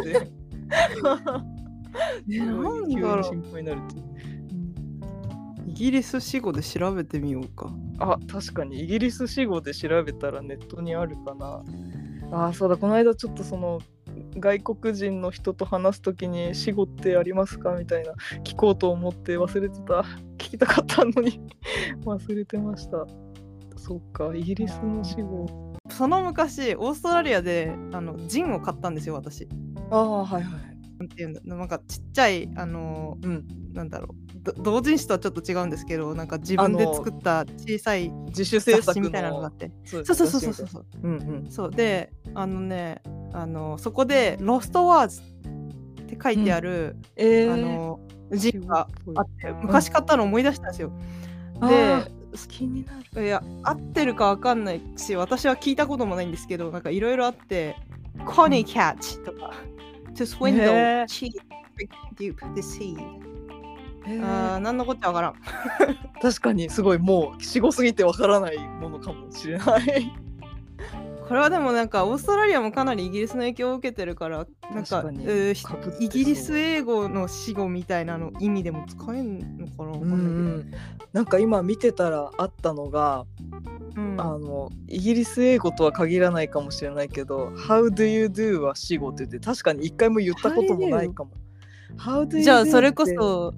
なんだろう、 心配になるっていう。 イギリス死語で調べてみようか。 確かにイギリス死語で調べたらネットにあるかな。そうだ、この間ちょっとその外国人の人と話すときに死語ってありますかみたいな聞こうと思って忘れてた。聞きたかったのに忘れてました。そっか、イギリスの死語。 その昔オーストラリアでジンを買ったんですよ、私。 はいはい。 なんていうんだ、なんかちっちゃいなんだろう、同人誌とはちょっと違うんですけど、なんか自分で作った小さい自主制作みたいなのがあって、そうでそこでロストワーズって書いてある、ジンがあって昔買ったの思い出したんですよ。で気になる。 いや合ってるか分かんないし私は聞いたこともないんですけど、なんかいろいろあって、コニーキャッチとかTo swindle, cheat, dupe, deceive。何のこっちゃわからん。 確かにすごいもう死語すぎてわからないものかもしれない。 これはでもなんかオーストラリアもかなりイギリスの影響を受けてるから、なんかイギリス英語の死語みたいなの意味でも使えるのかな。 なんか今見てたらあったのが、 イギリス英語とは限らないかもしれないけど How do you do は死語って言って確かに一回も言ったこともないかも。How do you do じゃあそれこそ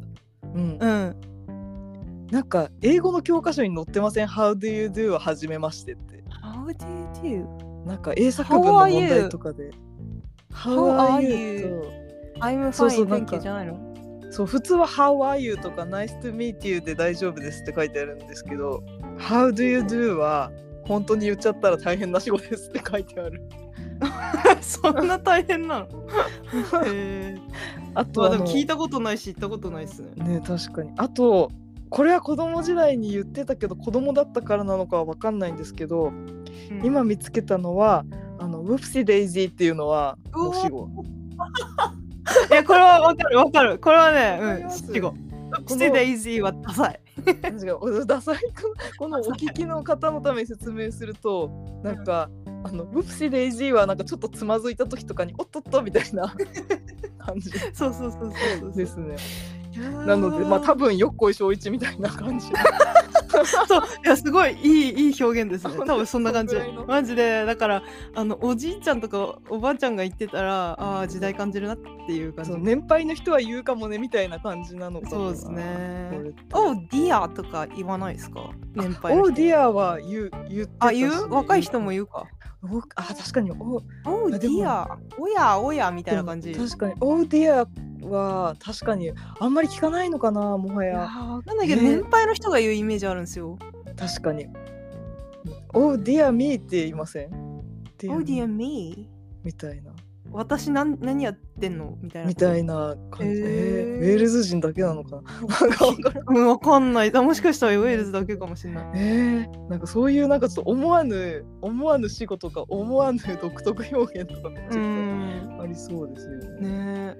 なんか英語の教科書に載ってません？ How do you do は初めましてって。 How do you do なんか英作文の問題とかで How are you と I'm fine thank you じゃないの？ そう普通は How are you とか Nice to meet you で大丈夫ですって書いてあるんですけど How do you do は本当に言っちゃったら大変な仕事ですって書いてある。 そんな大変なの？あとはでも聞いたことないし行ったことないですね。 ね確かに。あとこれは子供時代に言ってたけど子供だったからなのかは分かんないんですけど、今見つけたのはWhoopsie Daisy っていうのはもう死語。 いやこれは分かるこれはね死語。Whoopsie Daisy はダサい。 ダサい。このお聞きの方のために説明するとなんかWhoopsie Daisy はなんかちょっとつまずいた時とかにおっとっとみたいな感じそうですね。なので多分よっこいしょういちみたいな感じ。 そういやすごいいい表現ですね。多分そんな感じ。マジでだからおじいちゃんとかおばあちゃんが言ってたら時代感じるなっていう感じ。 そう年配の人は言うかもねみたいな感じなのかな。 そうですね。Oh dear とか言わないですか？年配の人。 Oh dear は言ってたし。 言う？若い人も言うか。 確かに。 Oh dear おやみたいな感じ。 確かに Oh dearは確かにあんまり聞かないのかなもはや。 なんだけど年配の人が言うイメージあるんですよ。 確かに Oh dear me って言いません？ Oh dear me みたいな。 私何やってんのみたいな感じ。ウェールズ人だけなのかな。 わかんない。もしかしたらウェールズだけかもしれない。 なんかそういうなんかちょっと思わぬ死語とか思わぬ独特表現とかめっちゃありそうですよね。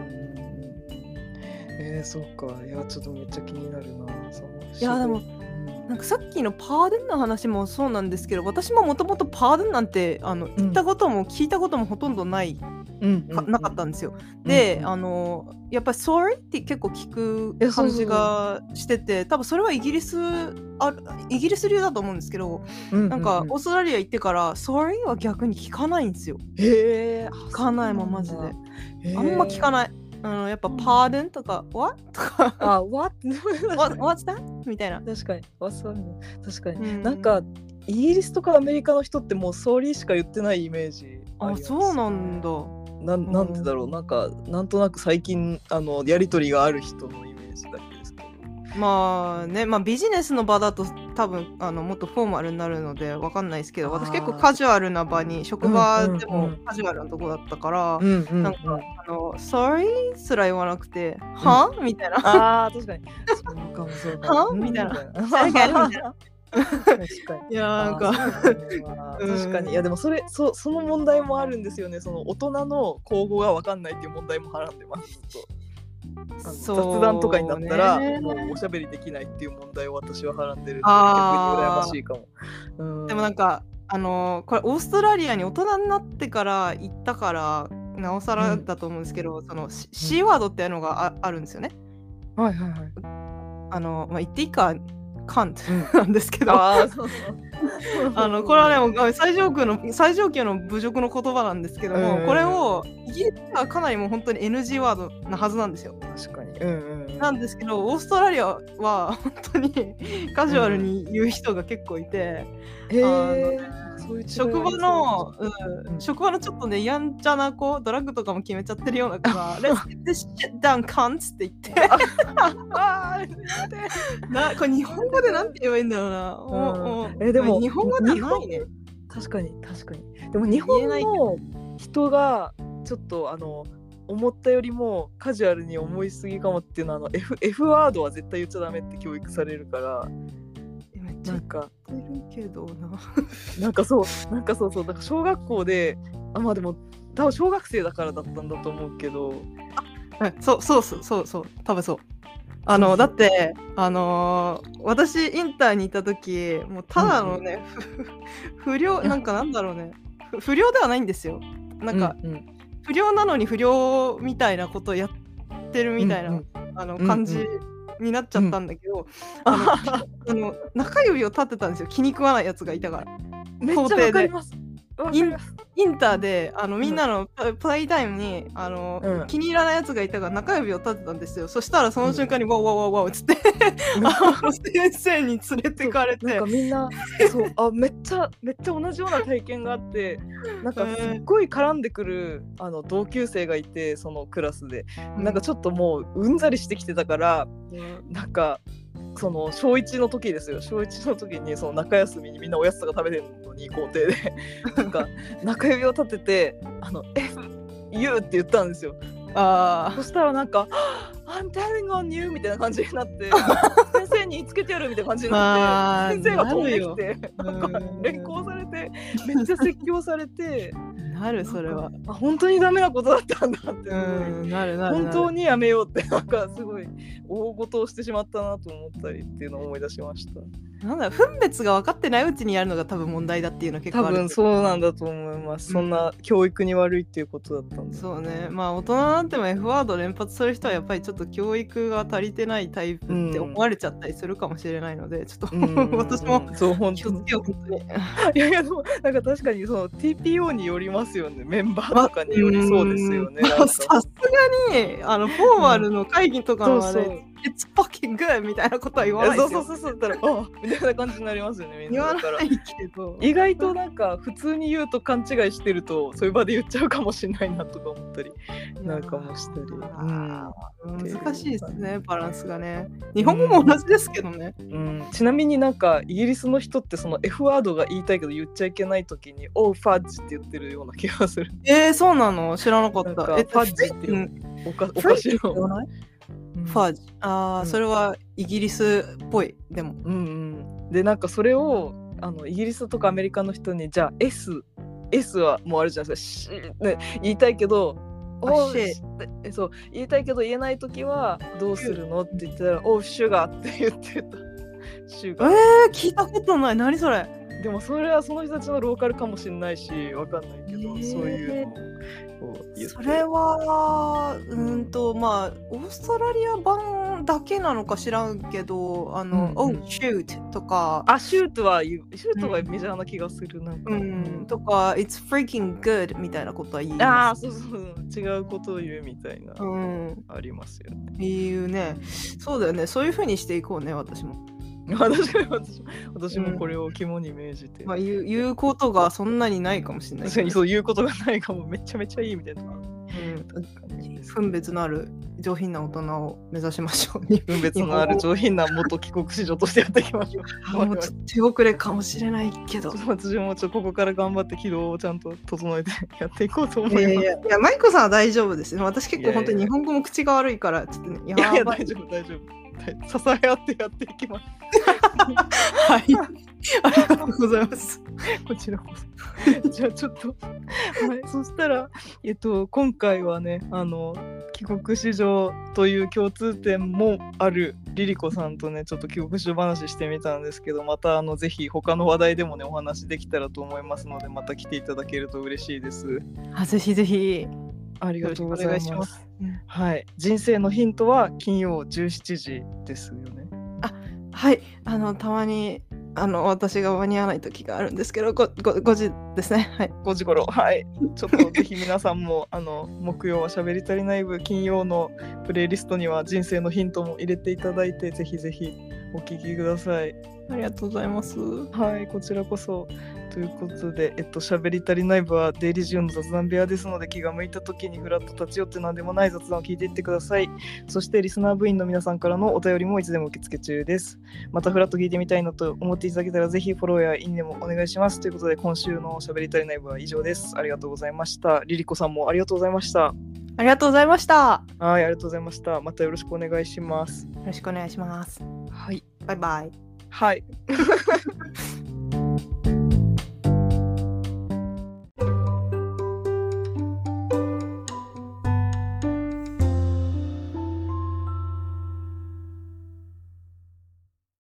そうか。いやちょっとめっちゃ気になるな。 いやでもなんかさっきのパーデンの話もそうなんですけど私ももともとパーデンなんて言ったことも聞いたこともほとんどなかったんですよ。で、やっぱり sorry って結構聞く感じがしてて多分それはイギリス流だと思うんですけど、なんかオーストラリア行ってから sorry は逆に聞かないんですよ。聞かないもんマジで。あんま聞かない。やっぱパーデンとか what とかwhat's that みたいな。 確かに確かに、なんかイギリスとかアメリカの人ってもうソーリーしか言ってないイメージあります。 そうなんだ。 なんでだろう。なんとなく最近やり取りがある人のイメージだけですけど。 ビジネスの場だと多分もっとフォーマルになるので分かんないですけど私結構カジュアルな場に職場でもカジュアルなとこだったからなんかsorry すら言わなくてはみたいな。 確かにそうかもそうかもはみたいな。 確かに。 いやなんか確かに。いやでもその問題もあるんですよね。その大人の口語が分かんないっていう問題もはらんでます。雑談とかになったらもうおしゃべりできないっていう問題を私ははらんでるんで逆に羨ましいかも。 でもなんかこれオーストラリアに大人になってから行ったからなおさらだと思うんですけど、その C ワードっていうのがあるんですよね。 はいはいはい。 言っていいかカントなんですけどこれはねもう最上級の侮辱の言葉なんですけども、これをイギリスはかなりもう本当に NG ワードなはずなんですよ。 確かに。 なんですけどオーストラリアは本当にカジュアルに言う人が結構いて、職場のちょっとねやんちゃな子ドラッグとかも決めちゃってるような子が「Let's get this shit down cunts」って言ってこれ日本語でなんて言えばいいんだろうな。でも日本語ではないね。 確かに。でも日本の人がちょっと思ったよりもカジュアルに思いすぎかもっていうのはF ワードは絶対言っちゃダメって教育されるからなんかそうだから小学校ででも多分小学生だからだったんだと思うけどそう多分そうだって私インターにいた時もうただのね、不良なんだろうね不良ではないんですよ。なんか、不良なのに不良みたいなことをやってるみたいな、感じになっちゃったんだけど、中指を立てたんですよ、気に食わないやつがいたから。 めっちゃわかります。わかります。 インターでみんなのプレイタイムに気に入らないやつがいたから中指を立てたんですよ。そしたらその瞬間にワウワウワウワウっつって先生に連れてかれて、 なんかみんなそうめっちゃ同じような体験があって、なんかすっごい絡んでくる同級生がいて、そのクラスでなんかちょっともううんざりしてきてたから、なんかその小1の時ですよ。小1の時にその中休みにみんなおやつとか食べてるのに校庭でなんか中指を立ててF、U って言ったんですよ。そしたらなんかI'm telling on you みたいな感じになって先生につけてやるみたいな感じになって先生が飛んできてなんか連行されてめっちゃ説教されてなるそれは本当にダメなことだったんだってなる本当にやめようってなんかすごい大事をしてしまったなと思ったりっていうのを思い出しました。 なんだ分別が分かってないうちにやるのが多分問題だっていうの結構ある。 多分そうなんだと思います、そんな教育に悪いっていうことだったんだ。 そうね、まあ大人になっても F ワード連発する人はやっぱりちょっと教育が足りてないタイプって思われちゃったりするかもしれないので、ちょっと私も気をつけよう本当に。 いやいやでもなんか確かにその TPO によりますよね、メンバーとかによりそうですよね。 さすがにフォーマルの会議とかのあれIt's fucking good みたいなことは言わないですよ。 そうだったらみたいな感じになりますよね、みんな。 言わないけど意外となんか普通に言うと勘違いしてるとそういう場で言っちゃうかもしれないなとか思ったりなんかもしたり、 難しいですね、バランスがね。日本語も同じですけどね、 ちなみになんかイギリスの人ってその F ワードが言いたいけど言っちゃいけない時にOh fudge って言ってるような気がする。 そうなの知らなかった。 ファッジっていうお菓子のファッジ。それはイギリスっぽい。でも。 でなんかそれをイギリスとかアメリカの人にじゃあ S はもうあるじゃないですか。言いたいけどそう言いたいけど言えないときはどうするのって言ったらOh sugar って言ってた。シュガー。 聞いたことない。何それ。 でもそれはその人たちのローカルかもしれないしわかんないけど、そういうのを言って。 それはまあオーストラリア版だけなのか知らんけどOh shoot とかシュートはメジャーな気がするなんか、 とか It's freaking good みたいなことは言います。そう違うことを言うみたいな、ありますよね。 言うね。そうだよね。そういう風にしていこうね、私も。 私もこれを肝に銘じて、 言うことがそんなにないかもしれない。 確かにそう言うことがないかも。めちゃめちゃいいみたいな、 分別のある上品な大人を目指しましょう。 分別のある上品な元帰国子女としてやっていきましょう。 もうちょっと手遅れかもしれないけど、 私もここから頑張って軌道をちゃんと整えてやっていこうと思います。 いやマイコさんは大丈夫ですね。私結構本当に日本語も口が悪いからちょっとね。 いや大丈夫支え合ってやっていきます。 はい、ありがとうございます。 こちらこそ。じゃあちょっと、そしたら今回はね帰国子女という共通点もあるリリコさんとねちょっと帰国子女話してみたんですけど、またぜひ他の話題でもねお話できたらと思いますので、また来ていただけると嬉しいです。 ぜひぜひ。 ありがとうございます。はい、人生のヒントは金曜17時ですよね。 はい、たまに私が間に合わない時があるんですけど、5時ですね。はい、 5時頃。はい、ちょっとぜひ皆さんも木曜はしゃべり足りない部、金曜のプレイリストには人生のヒントも入れていただいて、ぜひぜひお聞きください。 ありがとうございます。 はい、こちらこそ。ということで、しゃべり足りない部はデイリージュンの雑談部屋ですので、気が向いた時にフラッと立ち寄って何でもない雑談を聞いていってください。そしてリスナー部員の皆さんからのお便りもいつでも受付中です。またフラッと聞いてみたいなと思っていただけたら、ぜひフォローやいいねもお願いします。ということで、今週のしゃべり足りない部は以上です。ありがとうございました。リリコさんもありがとうございました。 ありがとうございました。 はい、ありがとうございました。またよろしくお願いします。 よろしくお願いします。 はい。 バイバイ。 はい。